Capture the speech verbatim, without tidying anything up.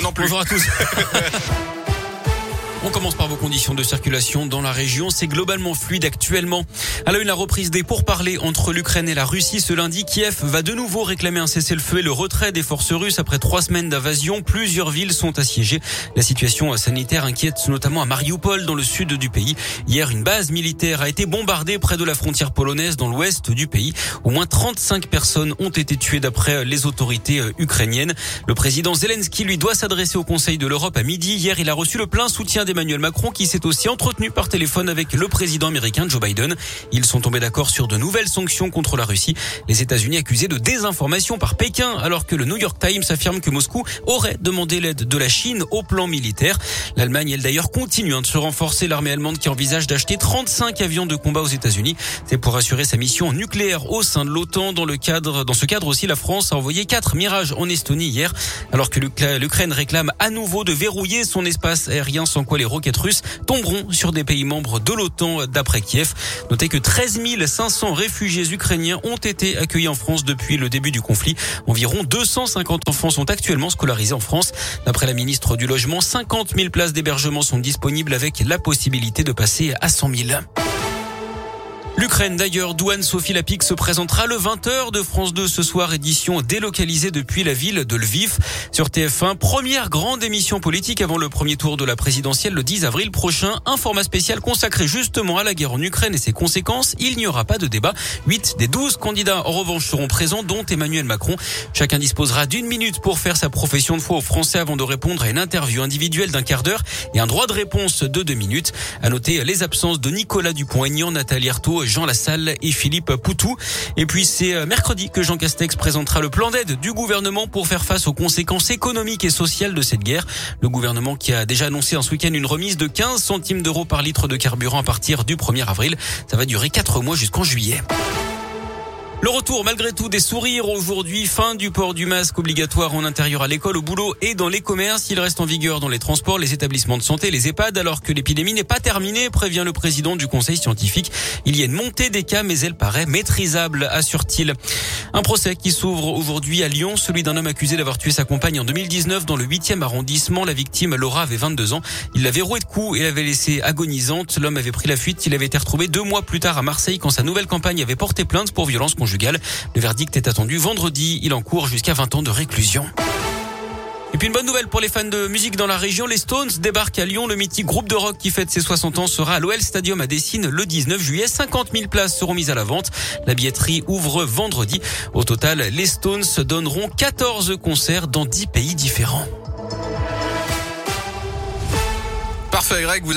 non plus. Bonjour à tous. On commence par vos conditions de circulation dans la région. C'est globalement fluide actuellement. À la une, la reprise des pourparlers entre l'Ukraine et la Russie. Ce lundi, Kiev va de nouveau réclamer un cessez-le-feu et le retrait des forces russes après trois semaines d'invasion. Plusieurs villes sont assiégées. La situation sanitaire inquiète notamment à Mariupol, dans le sud du pays. Hier, une base militaire a été bombardée près de la frontière polonaise dans l'ouest du pays. Au moins trente-cinq personnes ont été tuées d'après les autorités ukrainiennes. Le président Zelensky, lui, doit s'adresser au Conseil de l'Europe à midi. Hier, il a reçu le plein soutien d'Emmanuel Macron, qui s'est aussi entretenu par téléphone avec le président américain Joe Biden. Ils sont tombés d'accord sur de nouvelles sanctions contre la Russie. Les États-Unis accusés de désinformation par Pékin, alors que le New York Times affirme que Moscou aurait demandé l'aide de la Chine au plan militaire. L'Allemagne, elle d'ailleurs, continue hein, de se renforcer. L'armée allemande qui envisage d'acheter trente-cinq avions de combat aux États-Unis. C'est pour assurer sa mission nucléaire au sein de l'OTAN. Dans le cadre, dans ce cadre aussi, la France a envoyé quatre Mirage en Estonie hier, alors que l'Ukraine réclame à nouveau de verrouiller son espace aérien, sans quoi les roquettes russes tomberont sur des pays membres de l'OTAN d'après Kiev. Notez que treize mille cinq cents réfugiés ukrainiens ont été accueillis en France depuis le début du conflit. Environ deux cent cinquante enfants sont actuellement scolarisés en France. D'après la ministre du Logement, cinquante mille places d'hébergement sont disponibles avec la possibilité de passer à cent mille. L'Ukraine d'ailleurs, d'où Anne-Sophie Lapix se présentera le vingt heures de France deux ce soir, édition délocalisée depuis la ville de Lviv. Sur T F un, première grande émission politique avant le premier tour de la présidentielle le dix avril prochain. Un format spécial consacré justement à la guerre en Ukraine et ses conséquences. Il n'y aura pas de débat. Huit des douze candidats en revanche seront présents, dont Emmanuel Macron. Chacun disposera d'une minute pour faire sa profession de foi aux Français avant de répondre à une interview individuelle d'un quart d'heure et un droit de réponse de deux minutes. À noter les absences de Nicolas Dupont-Aignan, Nathalie Arthaud, Jean Lassalle et Philippe Poutou. Et puis c'est mercredi que Jean Castex présentera le plan d'aide du gouvernement pour faire face aux conséquences économiques et sociales de cette guerre. Le gouvernement qui a déjà annoncé en ce week-end une remise de quinze centimes d'euros par litre de carburant à partir du premier avril. Ça va durer quatre mois jusqu'en juillet. Le retour malgré tout des sourires aujourd'hui, fin du port du masque obligatoire en intérieur à l'école, au boulot et dans les commerces. Il reste en vigueur dans les transports, les établissements de santé, les EHPAD, alors que l'épidémie n'est pas terminée, prévient le président du conseil scientifique. Il y a une montée des cas, mais elle paraît maîtrisable, assure-t-il. Un procès qui s'ouvre aujourd'hui à Lyon, celui d'un homme accusé d'avoir tué sa compagne en deux mille dix-neuf dans le huitième arrondissement. La victime, Laura, avait vingt-deux ans. Il l'avait rouée de coups et l'avait laissée agonisante. L'homme avait pris la fuite. Il avait été retrouvé deux mois plus tard à Marseille quand sa nouvelle compagne avait porté plainte pour violence conjugale. Le verdict est attendu vendredi. Il encourt jusqu'à vingt ans de réclusion. Et puis une bonne nouvelle pour les fans de musique dans la région. Les Stones débarquent à Lyon. Le mythique groupe de rock qui fête ses soixante ans sera à l'O L Stadium à Dessines le dix-neuf juillet. cinquante mille places seront mises à la vente. La billetterie ouvre vendredi. Au total, les Stones donneront quatorze concerts dans dix pays différents. Parfait, Greg. Vous